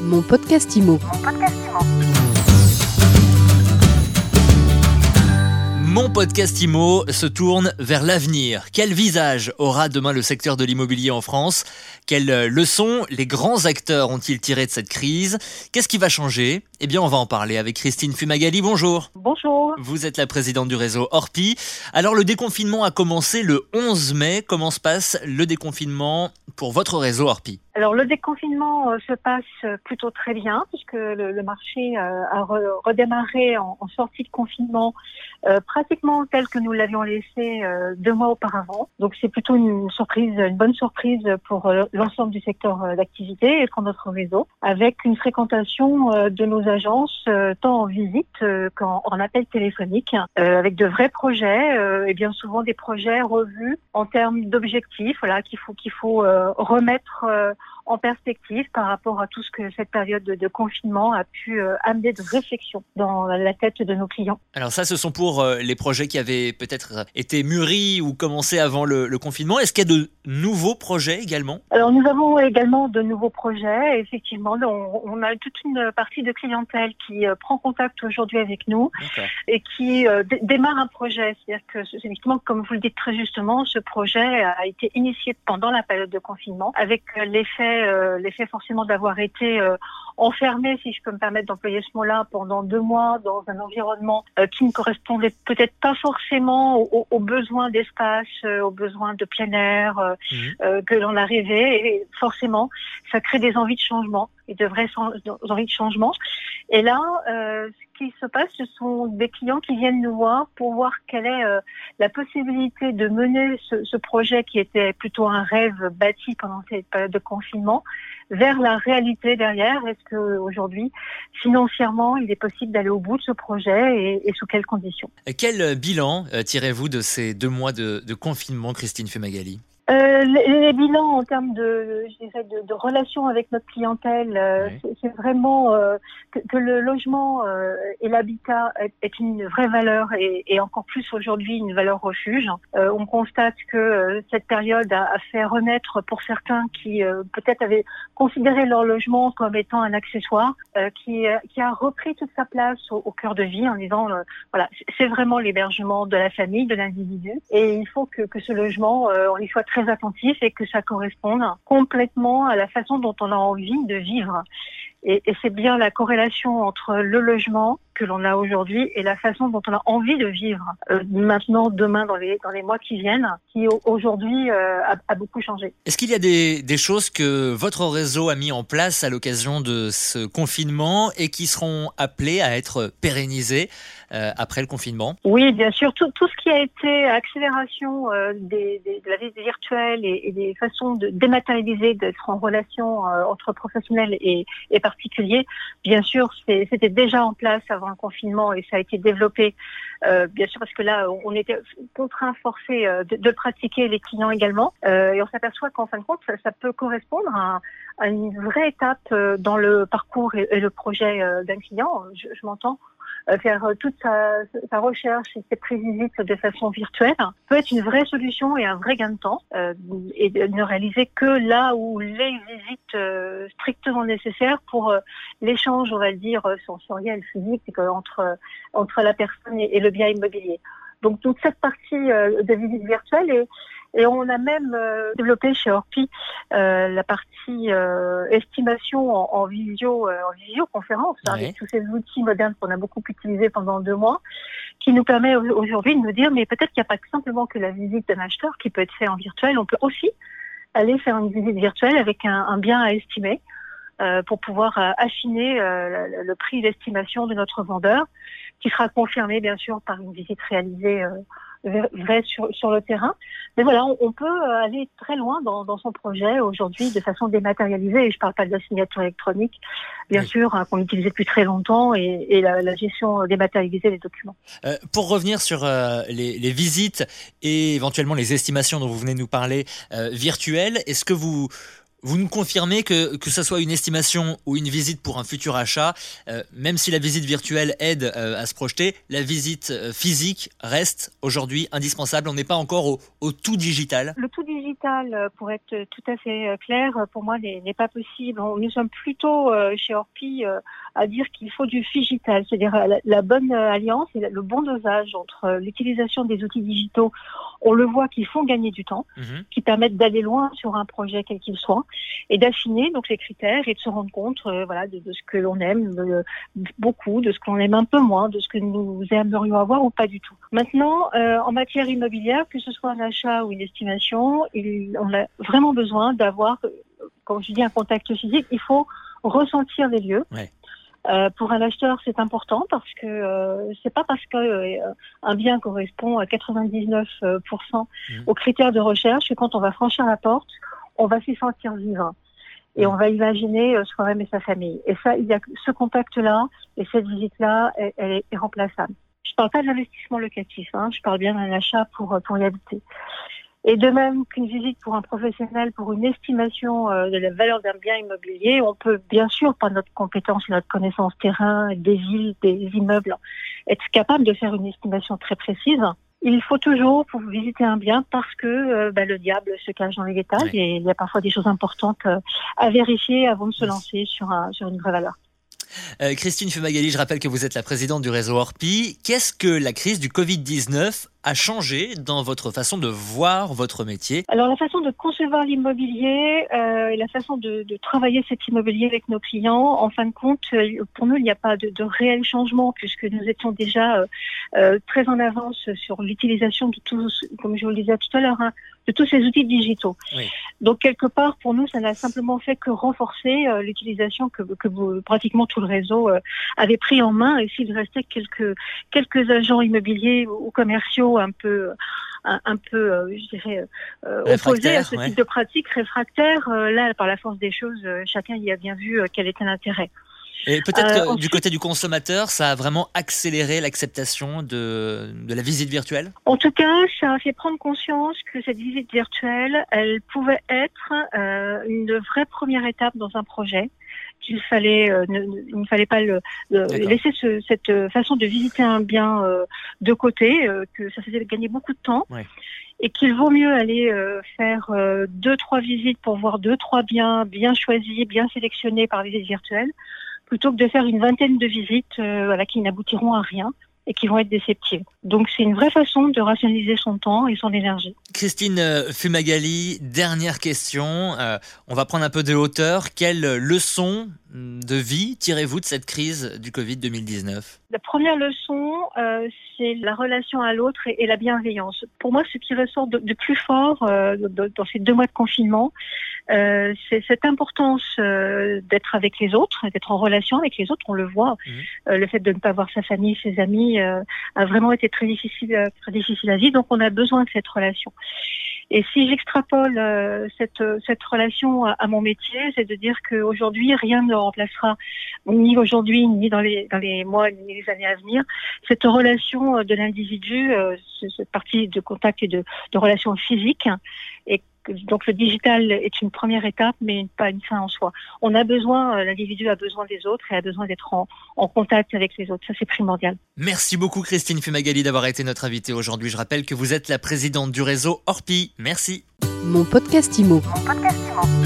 Mon podcast IMO. Mon podcast IMO se tourne vers l'avenir. Quel visage aura demain le secteur de l'immobilier en France ? Quelles leçons les grands acteurs ont-ils tirées de cette crise ? Qu'est-ce qui va changer ? Eh bien, on va en parler avec Christine Fumagalli. Bonjour. Bonjour. Vous êtes la présidente du réseau Orpi. Alors, le déconfinement a commencé le 11 mai. Comment se passe le déconfinement pour votre réseau Orpi ? Alors, le déconfinement se passe plutôt très bien puisque le marché a redémarré en sortie de confinement pratiquement tel que nous l'avions laissé 2 mois auparavant. Donc, c'est plutôt une bonne surprise pour l'ensemble du secteur d'activité et pour notre réseau, avec une fréquentation de nos agences tant en visite qu'en appel téléphonique, avec de vrais projets et bien souvent des projets revus en termes d'objectifs, voilà, qu'il faut remettre en perspective par rapport à tout ce que cette période de confinement a pu amener de réflexion dans la tête de nos clients. Alors ça, ce sont pour les projets qui avaient peut-être été mûris ou commencé avant le confinement. Est-ce qu'il y a de nouveaux projets également ? Alors nous avons également de nouveaux projets. Effectivement, on a toute une partie de clientèle qui prend contact aujourd'hui avec nous. D'accord. Et qui démarre un projet. C'est-à-dire que effectivement, comme vous le dites très justement, ce projet a été initié pendant la période de confinement avec l'effet forcément d'avoir été enfermé, si je peux me permettre d'employer ce mot-là, pendant 2 mois dans un environnement qui ne correspondait peut-être pas forcément aux besoins d'espace, aux besoins de plein air que l'on a rêvé. Et forcément, ça crée des envies de changement et de vraies envies de changement. Et là, ce qui se passe, ce sont des clients qui viennent nous voir pour voir quelle est la possibilité de mener ce projet qui était plutôt un rêve bâti pendant cette période de confinement vers la réalité derrière. Est-ce que aujourd'hui, financièrement, il est possible d'aller au bout de ce projet et sous quelles conditions ? Quel bilan tirez-vous de ces 2 mois de confinement, Christine Fumagalli ? Les bilans en termes de relations avec notre clientèle, c'est vraiment que le logement et l'habitat est une vraie valeur et encore plus aujourd'hui une valeur refuge. On constate que cette période a fait renaître pour certains qui peut-être avaient considéré leur logement comme étant un accessoire, qui a repris toute sa place au cœur de vie en disant voilà, c'est vraiment l'hébergement de la famille, de l'individu, et il faut que ce logement on y soit très attentif et que ça corresponde complètement à la façon dont on a envie de vivre. Et c'est bien la corrélation entre le logement que l'on a aujourd'hui et la façon dont on a envie de vivre maintenant, demain, dans les mois qui viennent, qui aujourd'hui a beaucoup changé. Est-ce qu'il y a des choses que votre réseau a mis en place à l'occasion de ce confinement et qui seront appelées à être pérennisées après le confinement ? Oui, bien sûr. Tout ce qui a été accélération de la vie virtuelle et des façons de dématérialiser, d'être en relation entre professionnels et particuliers, bien sûr, c'était déjà en place avant le confinement et ça a été développé, bien sûr, parce que là, on était contraints, forcés de pratiquer, les clients également. Et on s'aperçoit qu'en fin de compte, ça peut correspondre à une vraie étape dans le parcours et le projet d'un client. Je m'entends. Faire toute sa recherche et ses prévisites de façon virtuelle peut être une vraie solution et un vrai gain de temps et de ne réaliser que là où les visites strictement nécessaires pour l'échange, on va dire, sensoriel, physique entre la personne et le bien immobilier. Donc toute cette partie de visite virtuelle et on a même développé chez Orpi la partie estimation en visioconférence, avec tous ces outils modernes qu'on a beaucoup utilisés pendant 2 mois, qui nous permet aujourd'hui de nous dire mais peut-être qu'il n'y a pas simplement que la visite d'un acheteur qui peut être faite en virtuel, on peut aussi aller faire une visite virtuelle avec un bien à estimer pour pouvoir affiner le prix d'estimation de notre vendeur, qui sera confirmé bien sûr par une visite réalisée vrai sur le terrain. Mais voilà, on peut aller très loin dans son projet aujourd'hui de façon dématérialisée. Et je ne parle pas de la signature électronique, bien sûr, qu'on utilisait depuis très longtemps, et la gestion dématérialisée des documents. Pour revenir sur les visites et éventuellement les estimations dont vous venez de nous parler virtuelles, est-ce que vous Vous nous confirmez que ce soit une estimation ou une visite pour un futur achat, même si la visite virtuelle aide à se projeter, la visite physique reste aujourd'hui indispensable. On n'est pas encore au tout digital. Le tout digital, pour être tout à fait clair, pour moi n'est pas possible. Nous sommes plutôt chez Orpi à dire qu'il faut du phygital, c'est-à-dire la bonne alliance et le bon dosage entre l'utilisation des outils digitaux. On le voit qu'ils font gagner du temps, qui permettent d'aller loin sur un projet quel qu'il soit, et d'affiner donc les critères et de se rendre compte de ce que l'on aime beaucoup, de ce qu'on aime un peu moins, de ce que nous aimerions avoir ou pas du tout. Maintenant, en matière immobilière, que ce soit un achat ou une estimation, on a vraiment besoin d'avoir, comme je dis, un contact physique. Il faut ressentir les lieux. Ouais. Pour un acheteur, c'est important parce que c'est pas parce que un bien correspond à 99% aux critères de recherche que quand on va franchir la porte, on va s'y sentir vivre et on va imaginer soi-même et sa famille. Et ça, il y a ce contact-là et cette visite-là, elle est irremplaçable. Je parle pas de l'investissement locatif, je parle bien d'un achat pour y habiter. Et de même qu'une visite pour un professionnel, pour une estimation de la valeur d'un bien immobilier, on peut bien sûr, par notre compétence et notre connaissance terrain, des villes, des immeubles, être capable de faire une estimation très précise. Il faut toujours, pour visiter un bien, parce que le diable se cache dans les détails et il y a parfois des choses importantes à vérifier avant de se lancer sur une vraie valeur. Christine Fumagalli, je rappelle que vous êtes la présidente du réseau Orpi. Qu'est-ce que la crise du Covid-19 a changé dans votre façon de voir votre métier? Alors la façon de concevoir l'immobilier et la façon de travailler cet immobilier avec nos clients, en fin de compte, pour nous il n'y a pas de réel changement puisque nous étions déjà très en avance sur l'utilisation de tous, comme je vous le disais tout à l'heure, de tous ces outils digitaux. Oui. Donc quelque part pour nous ça n'a simplement fait que renforcer l'utilisation que pratiquement tout le réseau avait pris en main, et s'il restait quelques agents immobiliers ou commerciaux un peu je dirais opposés à ce type de pratique, réfractaires, là par la force des choses chacun y a bien vu quel était l'intérêt. Et peut-être que du côté du consommateur, ça a vraiment accéléré l'acceptation de la visite virtuelle? En tout cas, ça a fait prendre conscience que cette visite virtuelle, elle pouvait être une vraie première étape dans un projet. Il ne fallait pas laisser cette façon de visiter un bien de côté, que ça faisait gagner beaucoup de temps. Ouais. Et qu'il vaut mieux aller faire 2-3 visites pour voir 2-3 biens bien choisis, bien sélectionnés par visite virtuelle, plutôt que de faire une vingtaine de visites qui n'aboutiront à rien et qui vont être déceptives. Donc c'est une vraie façon de rationaliser son temps et son énergie. Christine Fumagalli, dernière question. On va prendre un peu de hauteur. Quelle leçon de vie tirez-vous de cette crise du Covid 2019 ? La première leçon, c'est la relation à l'autre et la bienveillance. Pour moi, ce qui ressort de plus fort dans ces 2 mois de confinement, c'est cette importance d'être avec les autres, d'être en relation avec les autres. On le voit, le fait de ne pas voir sa famille, ses amis, a vraiment été très difficile à vivre. Donc, on a besoin de cette relation. Et si j'extrapole cette relation à mon métier, c'est de dire qu'aujourd'hui, rien ne remplacera, ni aujourd'hui, ni dans les mois, ni les années à venir, cette relation de l'individu, cette partie de contact et de relation physique. Et donc le digital est une première étape, mais pas une fin en soi. L'individu a besoin des autres et a besoin d'être en contact avec les autres. Ça, c'est primordial. Merci beaucoup Christine Fumagalli d'avoir été notre invitée aujourd'hui. Je rappelle que vous êtes la présidente du réseau Orpi. Merci. Mon podcast Immo.